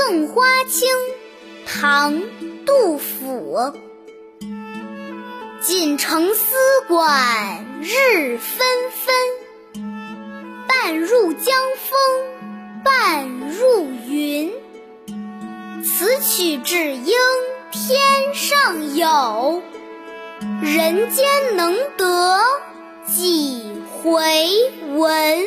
赠花卿，唐·杜甫。锦城丝管日纷纷，半入江风半入云。此曲只应天上有，人间能得几回闻。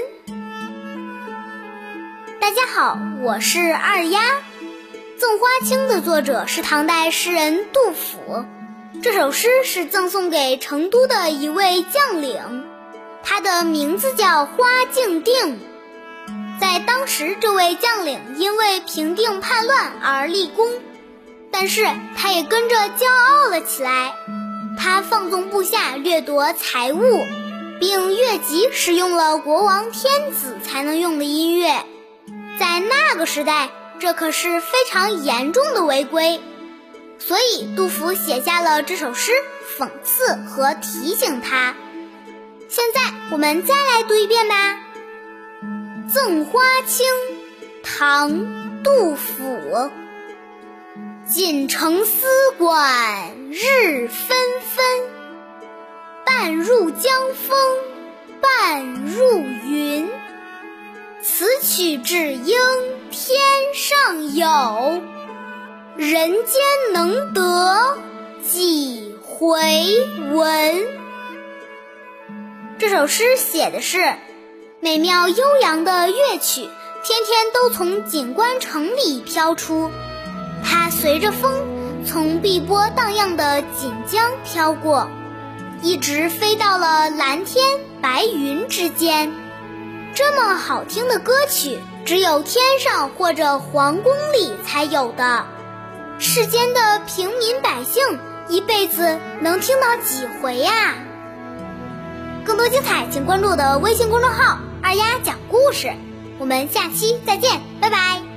大家好，我是二丫。《赠花卿》的作者是唐代诗人杜甫，这首诗是赠送给成都的一位将领，他的名字叫花敬定。在当时，这位将领因为平定叛乱而立功，但是他也跟着骄傲了起来。他放纵部下掠夺财物，并越级使用了国王天子才能用的音乐。在那个时代，这可是非常严重的违规，所以杜甫写下了这首诗，讽刺和提醒他。现在我们再来读一遍吧。《赠花卿》唐·杜甫。锦城丝管日纷纷，半入江风半入云。此曲只应天上有，人间能得几回闻。这首诗写的是美妙悠扬的乐曲，天天都从锦官城里飘出，它随着风从碧波荡漾的锦江飘过，一直飞到了蓝天白云之间。这么好听的歌曲，只有天上或者皇宫里才有的，世间的平民百姓一辈子能听到几回呀？更多精彩请关注我的微信公众号二丫讲故事，我们下期再见，拜拜。